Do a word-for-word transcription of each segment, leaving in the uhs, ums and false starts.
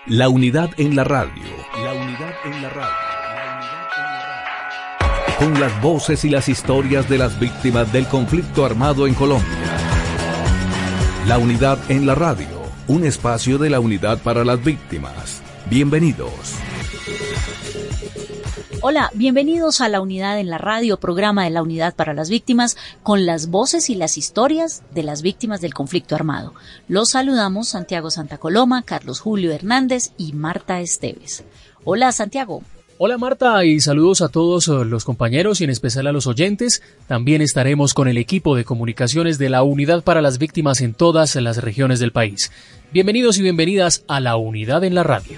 La unidad en la radio. La unidad en la radio. Con las voces y las historias de las víctimas del conflicto armado en Colombia. La unidad en la radio. Un espacio de la unidad para las víctimas. Bienvenidos. Hola, bienvenidos a La Unidad en la Radio, programa de la Unidad para las Víctimas, con las voces y las historias de las víctimas del conflicto armado. Los saludamos Santiago Santa Coloma, Carlos Julio Hernández y Marta Esteves. Hola, Santiago. Hola Marta, y saludos a todos los compañeros y en especial a los oyentes. También estaremos con el equipo de comunicaciones de la Unidad para las Víctimas en todas las regiones del país. Bienvenidos y bienvenidas a La Unidad en la Radio.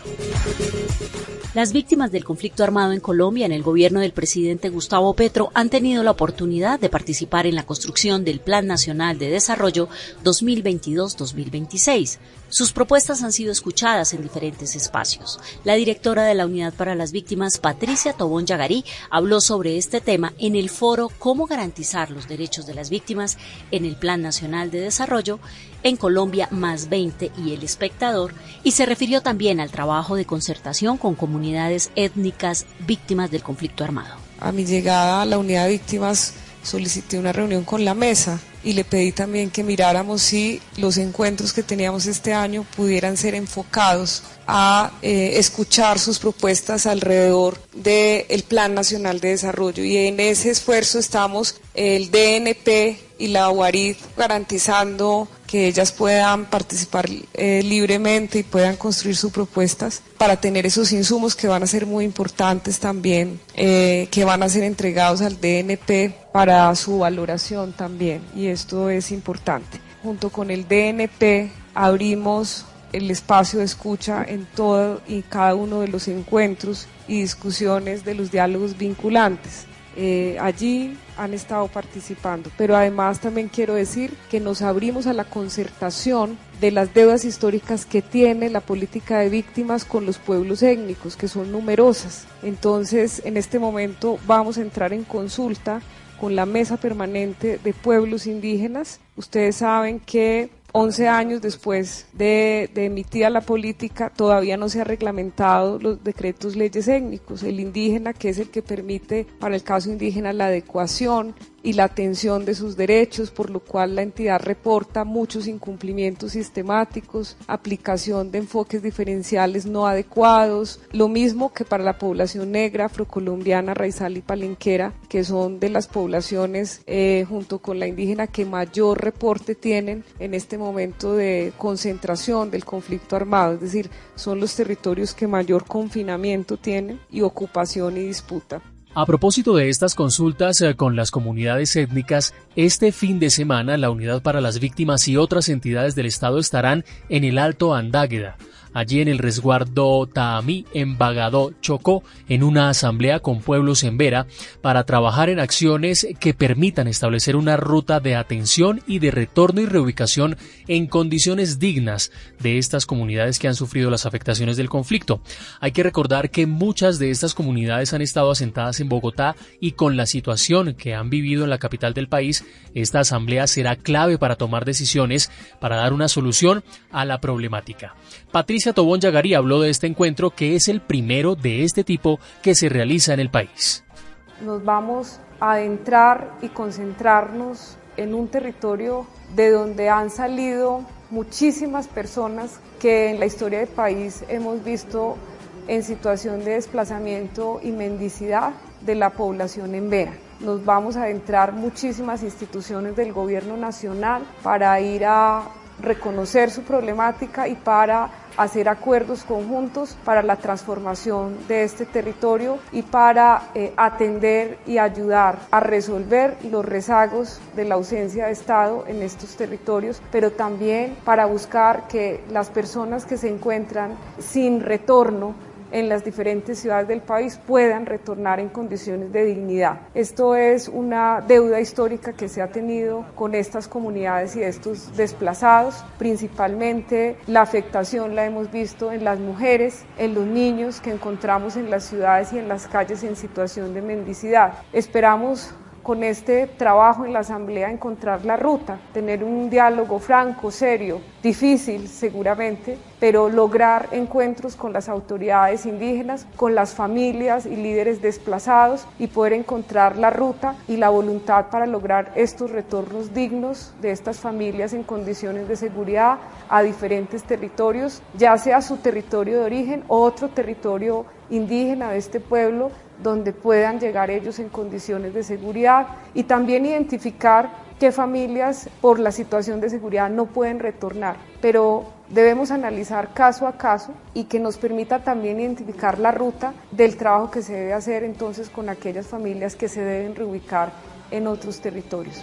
Las víctimas del conflicto armado en Colombia en el gobierno del presidente Gustavo Petro han tenido la oportunidad de participar en la construcción del Plan Nacional de Desarrollo dos mil veintidós a dos mil veintiséis. Sus propuestas han sido escuchadas en diferentes espacios. La directora de la Unidad para las Víctimas, Patricia Tobón Yagarí, habló sobre este tema en el foro Cómo garantizar los derechos de las víctimas en el Plan Nacional de Desarrollo en Colombia más veinte y El Espectador, y se refirió también al trabajo de concertación con comunidades étnicas víctimas del conflicto armado. A mi llegada a la Unidad de Víctimas solicité una reunión con la mesa y le pedí también que miráramos si los encuentros que teníamos este año pudieran ser enfocados a eh, escuchar sus propuestas alrededor del Plan Nacional de Desarrollo, y en ese esfuerzo estamos el D N P y la U A R I D garantizando que ellas puedan participar eh, libremente y puedan construir sus propuestas para tener esos insumos que van a ser muy importantes también, eh, que van a ser entregados al D N P para su valoración también, y esto es importante. Junto con el D N P abrimos el espacio de escucha en todo y cada uno de los encuentros y discusiones de los diálogos vinculantes. Eh, allí han estado participando, pero además también quiero decir que nos abrimos a la concertación de las deudas históricas que tiene la política de víctimas con los pueblos étnicos, que son numerosas. Entonces, en este momento vamos a entrar en consulta con la Mesa Permanente de Pueblos Indígenas. Ustedes saben que once años después de, de emitida la política, todavía no se ha reglamentado los decretos leyes étnicos. El indígena, que es el que permite para el caso indígena la adecuación y la atención de sus derechos, por lo cual la entidad reporta muchos incumplimientos sistemáticos, aplicación de enfoques diferenciales no adecuados, lo mismo que para la población negra, afrocolombiana, raizal y palenquera, que son de las poblaciones eh, junto con la indígena que mayor reporte tienen en este momento de concentración del conflicto armado, es decir, son los territorios que mayor confinamiento tienen y ocupación y disputa. A propósito de estas consultas eh, con las comunidades étnicas, este fin de semana la Unidad para las Víctimas y otras entidades del Estado estarán en el Alto Andágueda, allí en el resguardo Taamí, en Bagadó, Chocó, en una asamblea con pueblos en Vera, para trabajar en acciones que permitan establecer una ruta de atención y de retorno y reubicación en condiciones dignas de estas comunidades que han sufrido las afectaciones del conflicto. Hay que recordar que muchas de estas comunidades han estado asentadas en Bogotá, y con la situación que han vivido en la capital del país, esta asamblea será clave para tomar decisiones para dar una solución a la problemática. Patricia Tobón Yagarí habló de este encuentro, que es el primero de este tipo que se realiza en el país. Nos vamos a adentrar y concentrarnos en un territorio de donde han salido muchísimas personas que en la historia del país hemos visto en situación de desplazamiento y mendicidad de la población en Vera. Nos vamos a adentrar muchísimas instituciones del gobierno nacional para ir a reconocer su problemática y para hacer acuerdos conjuntos para la transformación de este territorio y para eh, atender y ayudar a resolver los rezagos de la ausencia de Estado en estos territorios, pero también para buscar que las personas que se encuentran sin retorno en las diferentes ciudades del país puedan retornar en condiciones de dignidad. Esto es una deuda histórica que se ha tenido con estas comunidades y estos desplazados. Principalmente la afectación la hemos visto en las mujeres, en los niños que encontramos en las ciudades y en las calles en situación de mendicidad. Esperamos con este trabajo en la Asamblea encontrar la ruta, tener un diálogo franco, serio, difícil seguramente, pero lograr encuentros con las autoridades indígenas, con las familias y líderes desplazados y poder encontrar la ruta y la voluntad para lograr estos retornos dignos de estas familias en condiciones de seguridad a diferentes territorios, ya sea su territorio de origen o otro territorio indígena de este pueblo, donde puedan llegar ellos en condiciones de seguridad, y también identificar qué familias por la situación de seguridad no pueden retornar, pero debemos analizar caso a caso y que nos permita también identificar la ruta del trabajo que se debe hacer entonces con aquellas familias que se deben reubicar en otros territorios.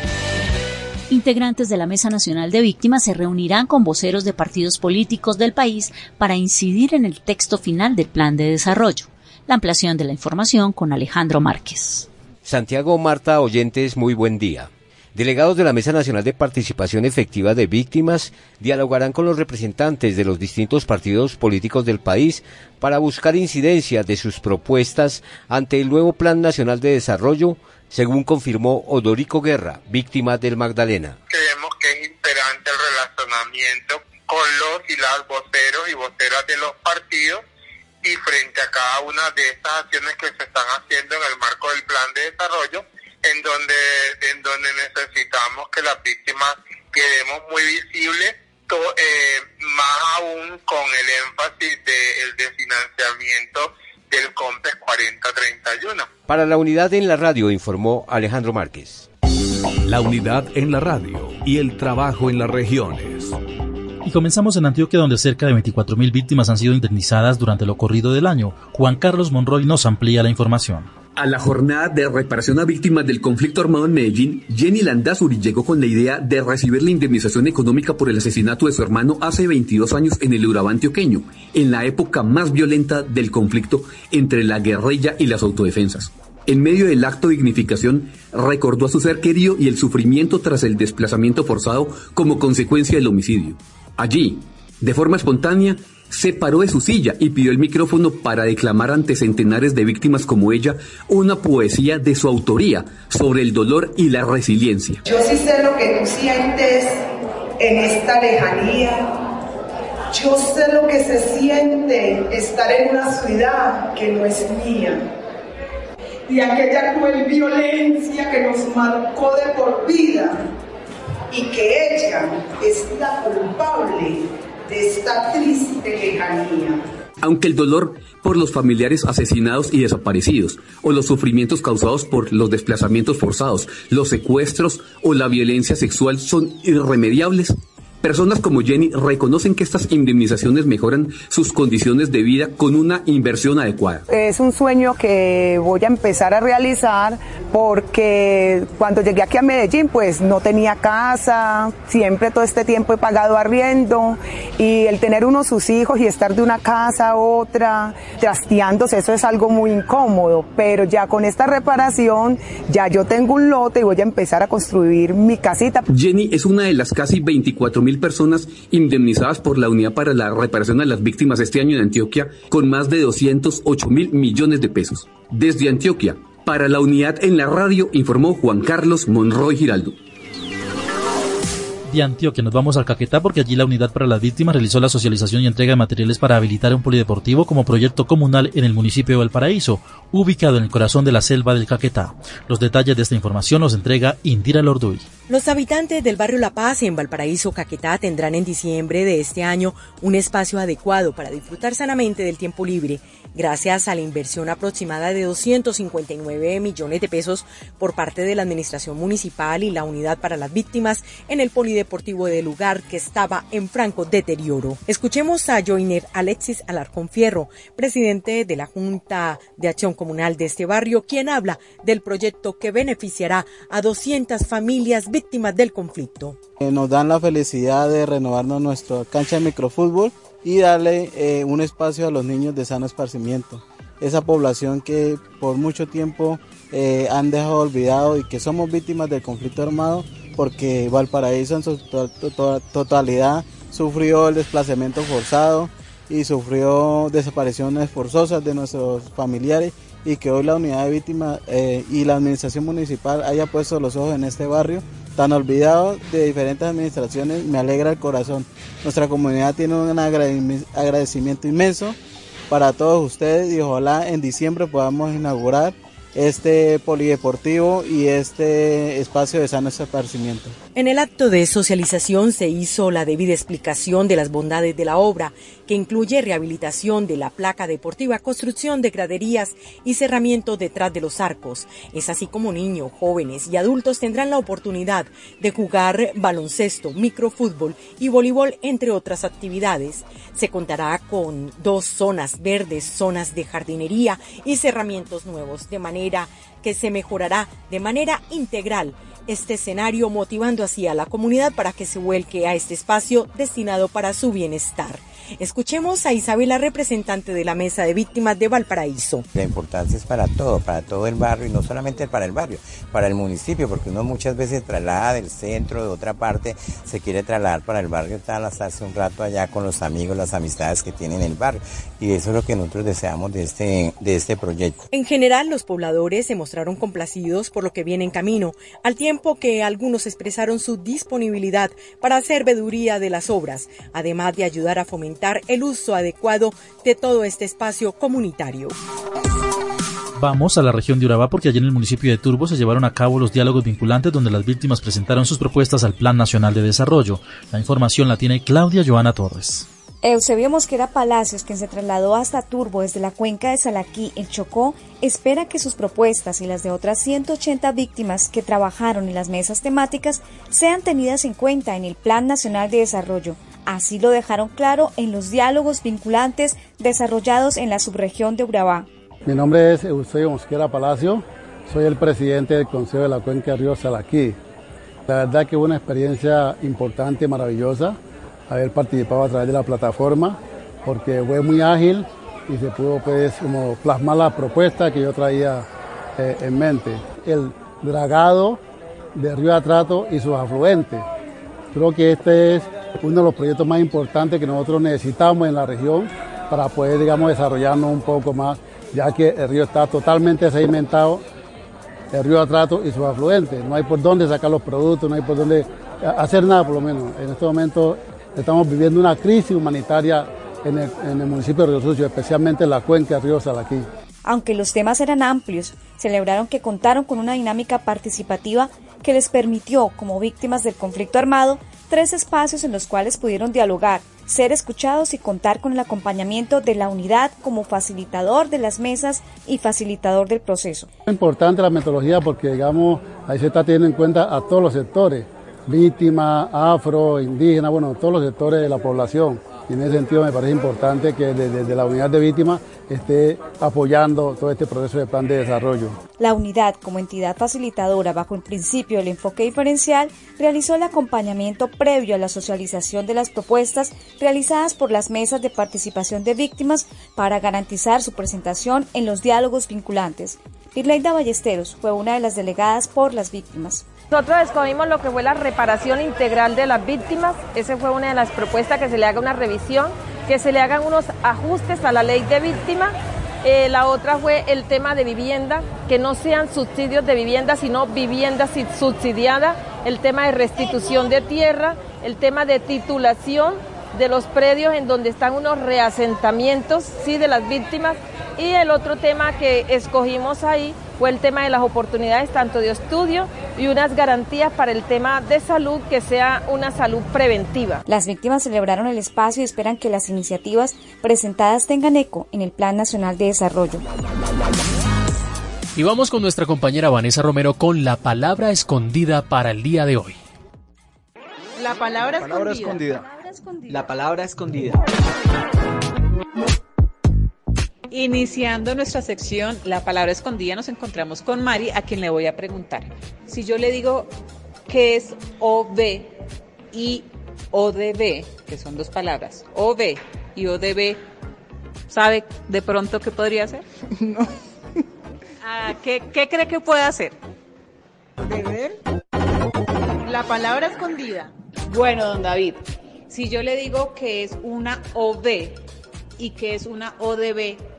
Integrantes de la Mesa Nacional de Víctimas se reunirán con voceros de partidos políticos del país para incidir en el texto final del Plan de Desarrollo. La ampliación de la información con Alejandro Márquez. Santiago, Marta, oyentes, muy buen día. Delegados de la Mesa Nacional de Participación Efectiva de Víctimas dialogarán con los representantes de los distintos partidos políticos del país para buscar incidencia de sus propuestas ante el nuevo Plan Nacional de Desarrollo, según confirmó Odorico Guerra, víctima del Magdalena. Creemos que es imperante el relacionamiento con los y las voceros y voceras de los partidos, y frente a cada una de estas acciones que se están haciendo en el marco del Plan de Desarrollo, en donde en donde necesitamos que las víctimas quedemos muy visibles, to, eh, más aún con el énfasis del de, de financiamiento del COMPES cuarenta treinta y uno. Para la unidad en la radio, informó Alejandro Márquez. La unidad en la radio y el trabajo en las regiones. Y comenzamos en Antioquia, donde cerca de veinticuatro mil víctimas han sido indemnizadas durante lo corrido del año. Juan Carlos Monroy nos amplía la información. A la jornada de reparación a víctimas del conflicto armado en Medellín, Jenny Landazuri llegó con la idea de recibir la indemnización económica por el asesinato de su hermano hace veintidós años en el Urabá antioqueño, en la época más violenta del conflicto entre la guerrilla y las autodefensas. En medio del acto de dignificación, recordó a su ser querido y el sufrimiento tras el desplazamiento forzado como consecuencia del homicidio. Allí, de forma espontánea, se paró de su silla y pidió el micrófono para declamar ante centenares de víctimas como ella una poesía de su autoría sobre el dolor y la resiliencia. Yo sí sé lo que tú sientes en esta lejanía. Yo sé lo que se siente estar en una ciudad que no es mía. De aquella cruel violencia que nos marcó de por vida y que ella es la culpable de esta triste lejanía. Aunque el dolor por los familiares asesinados y desaparecidos, o los sufrimientos causados por los desplazamientos forzados, los secuestros o la violencia sexual son irremediables, personas como Jenny reconocen que estas indemnizaciones mejoran sus condiciones de vida con una inversión adecuada. Es un sueño que voy a empezar a realizar porque cuando llegué aquí a Medellín pues no tenía casa, siempre todo este tiempo he pagado arriendo, y el tener uno sus hijos y estar de una casa a otra trasteándose, eso es algo muy incómodo, pero ya con esta reparación ya yo tengo un lote y voy a empezar a construir mi casita. Jenny es una de las casi veinticuatro mil personas indemnizadas por la Unidad para la Reparación a las Víctimas este año en Antioquia, con más de doscientos ocho mil millones de pesos. Desde Antioquia, para la Unidad en la radio, informó Juan Carlos Monroy Giraldo. De Antioquia nos vamos al Caquetá, porque allí la Unidad para las Víctimas realizó la socialización y entrega de materiales para habilitar un polideportivo como proyecto comunal en el municipio de Valparaíso, ubicado en el corazón de la selva del Caquetá. Los detalles de esta información los entrega Indira Lorduy. Los habitantes del barrio La Paz en Valparaíso, Caquetá, tendrán en diciembre de este año un espacio adecuado para disfrutar sanamente del tiempo libre, gracias a la inversión aproximada de doscientos cincuenta y nueve millones de pesos por parte de la Administración Municipal y la Unidad para las Víctimas en el polideportivo del lugar, que estaba en franco deterioro. Escuchemos a Joiner Alexis Alarcón Fierro, presidente de la Junta de Acción Comunal de este barrio, quien habla del proyecto que beneficiará a doscientas familias víctimas del conflicto. Nos dan la felicidad de renovarnos nuestra cancha de microfútbol y darle eh, un espacio a los niños de sano esparcimiento. Esa población que por mucho tiempo eh, han dejado olvidado y que somos víctimas del conflicto armado, porque Valparaíso en su to to totalidad sufrió el desplazamiento forzado y sufrió desapariciones forzosas de nuestros familiares y que hoy la unidad de víctimas eh, y la administración municipal haya puesto los ojos en este barrio tan olvidado de diferentes administraciones. Me alegra el corazón. Nuestra comunidad tiene un agradecimiento inmenso para todos ustedes y ojalá en diciembre podamos inaugurar este polideportivo y este espacio de sano esparcimiento. En el acto de socialización se hizo la debida explicación de las bondades de la obra, que incluye rehabilitación de la placa deportiva, construcción de graderías y cerramiento detrás de los arcos. Es así como niños, jóvenes y adultos tendrán la oportunidad de jugar baloncesto, microfútbol y voleibol, entre otras actividades. Se contará con dos zonas verdes, zonas de jardinería y cerramientos nuevos, de manera que se mejorará de manera integral este escenario, motivando así a la comunidad para que se vuelque a este espacio destinado para su bienestar. Escuchemos a Isabela, representante de la Mesa de Víctimas de Valparaíso. La importancia es para todo, para todo el barrio y no solamente para el barrio, para el municipio, porque uno muchas veces traslada del centro, de otra parte, se quiere trasladar para el barrio tal, hasta hace un rato allá con los amigos, las amistades que tienen en el barrio, y eso es lo que nosotros deseamos de este, de este proyecto. En general, los pobladores se mostraron complacidos por lo que viene en camino, al tiempo que algunos expresaron su disponibilidad para hacer veeduría de las obras, además de ayudar a fomentar el uso adecuado de todo este espacio comunitario. Vamos a la región de Urabá porque allí en el municipio de Turbo se llevaron a cabo los diálogos vinculantes donde las víctimas presentaron sus propuestas al Plan Nacional de Desarrollo. La información la tiene Claudia Joana Torres. Eusebio Mosquera Palacios, quien se trasladó hasta Turbo desde la cuenca de Salaquí, en Chocó, espera que sus propuestas y las de otras ciento ochenta víctimas que trabajaron en las mesas temáticas sean tenidas en cuenta en el Plan Nacional de Desarrollo. Así lo dejaron claro en los diálogos vinculantes desarrollados en la subregión de Urabá. Mi nombre es Eusebio Mosquera Palacio, soy el presidente del Consejo de la Cuenca del Río Salaquí. La verdad que fue una experiencia importante, maravillosa, haber participado a través de la plataforma, porque fue muy ágil y se pudo pues como plasmar la propuesta que yo traía eh, en mente. El dragado del río Atrato y sus afluentes. Creo que este es uno de los proyectos más importantes que nosotros necesitamos en la región para poder, digamos, desarrollarnos un poco más, ya que el río está totalmente sedimentado, el río Atrato y sus afluentes. No hay por dónde sacar los productos, no hay por dónde hacer nada, por lo menos. En este momento estamos viviendo una crisis humanitaria en el, en el municipio de Río Sucio, especialmente en la cuenca del río Salaquí. Aunque los temas eran amplios, celebraron que contaron con una dinámica participativa que les permitió, como víctimas del conflicto armado, tres espacios en los cuales pudieron dialogar, ser escuchados y contar con el acompañamiento de la unidad como facilitador de las mesas y facilitador del proceso. Es importante la metodología porque, digamos, ahí se está teniendo en cuenta a todos los sectores, víctimas, afro, indígenas, bueno, todos los sectores de la población. Y en ese sentido me parece importante que desde, desde la unidad de víctimas esté apoyando todo este proceso de plan de desarrollo. La unidad, como entidad facilitadora bajo el principio del enfoque diferencial, realizó el acompañamiento previo a la socialización de las propuestas realizadas por las mesas de participación de víctimas para garantizar su presentación en los diálogos vinculantes. Irleida Ballesteros fue una de las delegadas por las víctimas. Nosotros escogimos lo que fue la reparación integral de las víctimas. Esa fue una de las propuestas, que se le haga una revisión, que se le hagan unos ajustes a la ley de víctimas. Eh, la otra fue el tema de vivienda, que no sean subsidios de vivienda, sino vivienda subsidiada, el tema de restitución de tierra, el tema de titulación de los predios en donde están unos reasentamientos, sí, de las víctimas. Y el otro tema que escogimos ahí fue el tema de las oportunidades tanto de estudio y unas garantías para el tema de salud, que sea una salud preventiva. Las víctimas celebraron el espacio y esperan que las iniciativas presentadas tengan eco en el Plan Nacional de Desarrollo. Y vamos con nuestra compañera Vanessa Romero con la palabra escondida para el día de hoy. La palabra, la palabra escondida. escondida. La palabra escondida. Iniciando nuestra sección, la palabra escondida, nos encontramos con Mari, a quien le voy a preguntar. Si yo le digo qué es O B y O D B, que son dos palabras, O B y O D B, ¿sabe de pronto qué podría ser? No. Ah, ¿qué, ¿Qué cree que puede hacer? ¿De ver? La palabra escondida. Bueno, don David, si yo le digo que es una O B y que es una O D B,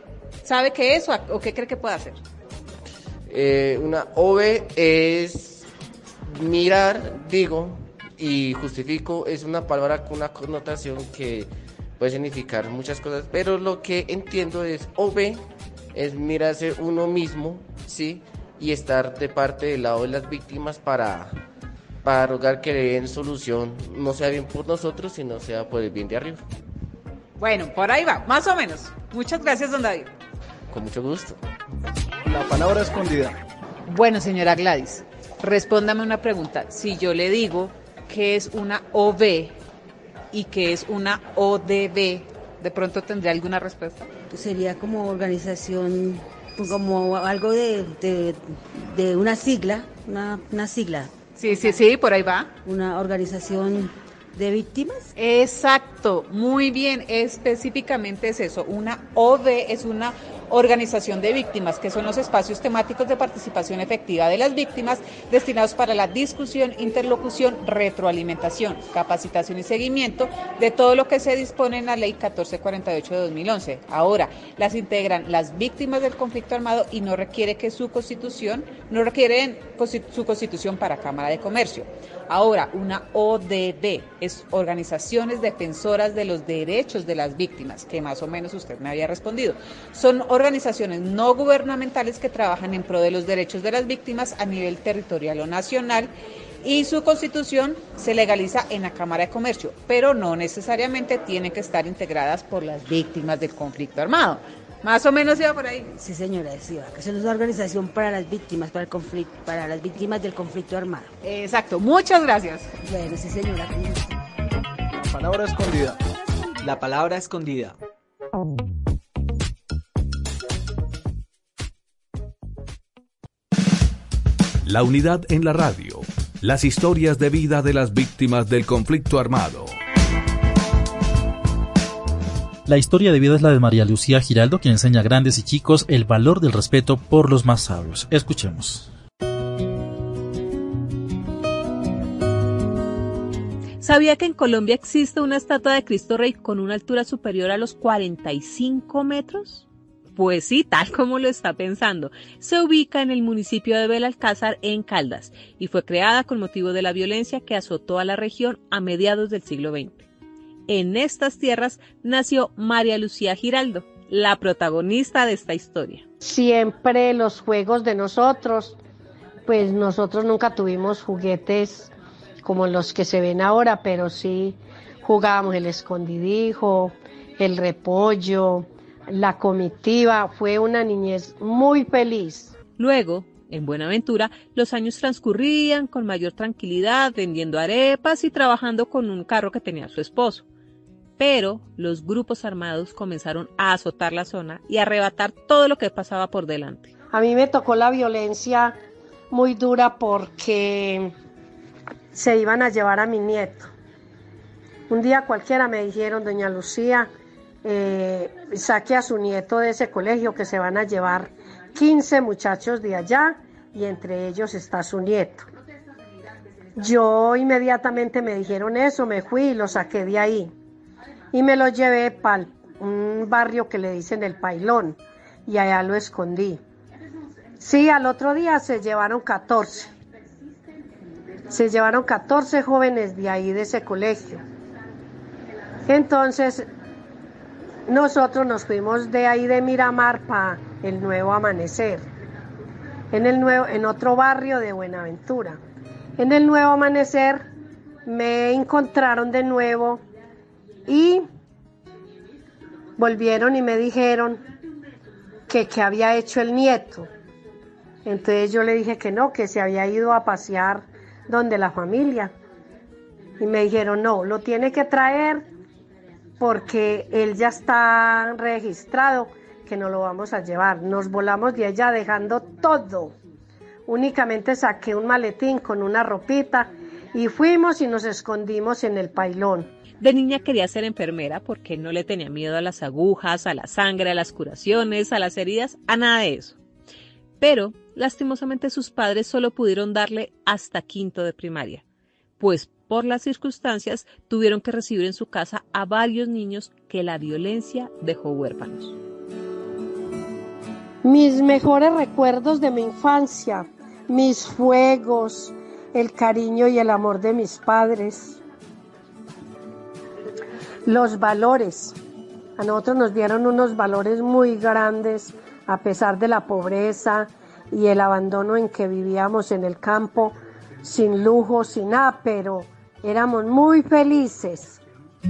¿Sabe qué es o, o qué cree que puede hacer? Eh, una O V es mirar, digo, y justifico, es una palabra con una connotación que puede significar muchas cosas, pero lo que entiendo es O V es mirarse uno mismo, ¿sí? Y estar de parte del lado de las víctimas para, para rogar que le den solución, no sea bien por nosotros, sino sea por el bien de arriba. Bueno, por ahí va, más o menos. Muchas gracias, don David. Con mucho gusto. La palabra escondida. Bueno, señora Gladys, respóndame una pregunta. Si yo le digo que es una O V y que es una O D B, ¿de pronto tendría alguna respuesta? Sería como organización, como algo de, de, de una sigla, una, una sigla. Sí, sí, sí, por ahí va. Una organización de víctimas. Exacto, muy bien, específicamente es eso. Una O D es una organización de víctimas, que son los espacios temáticos de participación efectiva de las víctimas destinados para la discusión, interlocución, retroalimentación, capacitación y seguimiento de todo lo que se dispone en la Ley catorce cuarenta y ocho de dos mil once. Ahora, las integran las víctimas del conflicto armado y no requiere que su constitución, no requieren su constitución para Cámara de Comercio. Ahora, una O D B es organizaciones defensoras de los derechos de las víctimas, que más o menos usted me había respondido. Son organizaciones no gubernamentales que trabajan en pro de los derechos de las víctimas a nivel territorial o nacional y su constitución se legaliza en la Cámara de Comercio, pero no necesariamente tienen que estar integradas por las víctimas del conflicto armado. Más o menos iba por ahí. Sí, señora, sí, que es una organización para las víctimas, para el conflicto, para las víctimas del conflicto armado. Exacto, muchas gracias. Bueno, sí, señora. La palabra escondida. La palabra escondida. La unidad en la radio. Las historias de vida de las víctimas del conflicto armado. La historia de vida es la de María Lucía Giraldo, quien enseña a grandes y chicos el valor del respeto por los más sabios. Escuchemos. ¿Sabía que en Colombia existe una estatua de Cristo Rey con una altura superior a los cuarenta y cinco metros? Pues sí, tal como lo está pensando. Se ubica en el municipio de Belalcázar, en Caldas, y fue creada con motivo de la violencia que azotó a la región a mediados del siglo veinte. En estas tierras nació María Lucía Giraldo, la protagonista de esta historia. Siempre los juegos de nosotros, pues nosotros nunca tuvimos juguetes como los que se ven ahora, pero sí jugábamos el escondidijo, el repollo, la comitiva. Fue una niñez muy feliz. Luego, en Buenaventura, los años transcurrían con mayor tranquilidad, vendiendo arepas y trabajando con un carro que tenía su esposo. Pero los grupos armados comenzaron a azotar la zona y a arrebatar todo lo que pasaba por delante. A mí me tocó la violencia muy dura porque se iban a llevar a mi nieto. Un día cualquiera me dijeron, doña Lucía, eh, saque a su nieto de ese colegio que se van a llevar quince muchachos de allá y entre ellos está su nieto. Yo inmediatamente me dijeron eso, me fui y lo saqué de ahí. Y me lo llevé para un barrio que le dicen El Pailón y allá lo escondí. Sí, al otro día se llevaron catorce. Se llevaron catorce jóvenes de ahí, de ese colegio. Entonces, nosotros nos fuimos de ahí de Miramar para el Nuevo Amanecer, en, el nuevo, en otro barrio de Buenaventura. En el Nuevo Amanecer me encontraron de nuevo y volvieron y me dijeron que qué había hecho el nieto. Entonces yo le dije que no, que se había ido a pasear donde la familia. Y me dijeron, no, lo tiene que traer porque él ya está registrado, que no lo vamos a llevar. Nos volamos de allá dejando todo. Únicamente saqué un maletín con una ropita y fuimos y nos escondimos en El Pailón. De niña quería ser enfermera porque no le tenía miedo a las agujas, a la sangre, a las curaciones, a las heridas, a nada de eso. Pero, lastimosamente, sus padres solo pudieron darle hasta quinto de primaria, pues por las circunstancias tuvieron que recibir en su casa a varios niños que la violencia dejó huérfanos. mis mejores recuerdos de mi infancia, mis fuegos, el cariño y el amor de mis padres, los valores. A nosotros nos dieron unos valores muy grandes a pesar de la pobreza y el abandono en que vivíamos en el campo, sin lujo, sin nada, pero éramos muy felices.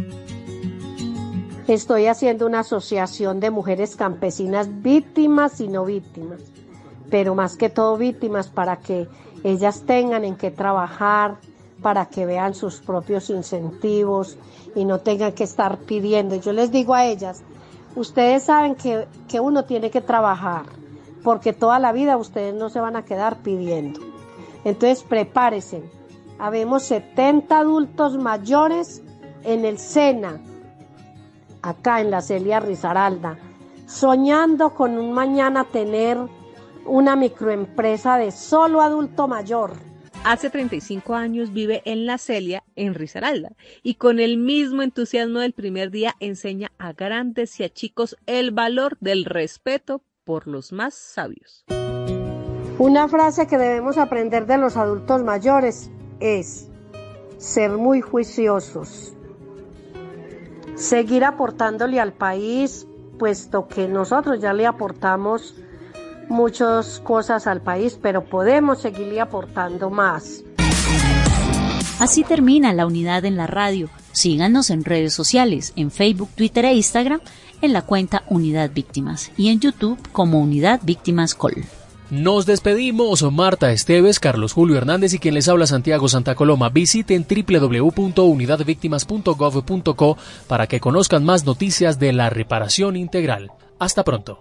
Estoy haciendo una asociación de mujeres campesinas víctimas y no víctimas, pero más que todo víctimas para que ellas tengan en qué trabajar, para que vean sus propios incentivos y no tengan que estar pidiendo. Yo les digo a ellas, ustedes saben que, que uno tiene que trabajar, porque toda la vida ustedes no se van a quedar pidiendo. Entonces prepárense. Habemos setenta adultos mayores en el SENA, acá en la Celia Risaralda, soñando con un mañana tener una microempresa de solo adulto mayor. Hace treinta y cinco años vive en la Celia, en Risaralda, y con el mismo entusiasmo del primer día enseña a grandes y a chicos el valor del respeto por los más sabios. Una frase que debemos aprender de los adultos mayores es ser muy juiciosos, seguir aportándole al país, puesto que nosotros ya le aportamos muchas cosas al país, pero podemos seguirle aportando más. Así termina La Unidad en la Radio. Síganos en redes sociales, en Facebook, Twitter e Instagram, en la cuenta Unidad Víctimas y en YouTube como Unidad Víctimas Col. Nos despedimos, Marta Esteves, Carlos Julio Hernández y quien les habla Santiago Santa Coloma. Visiten doble u doble u doble u punto unidad víctimas punto gov punto co para que conozcan más noticias de la reparación integral. Hasta pronto.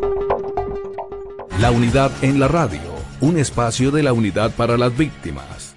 La Unidad en la Radio, un espacio de la Unidad para las Víctimas.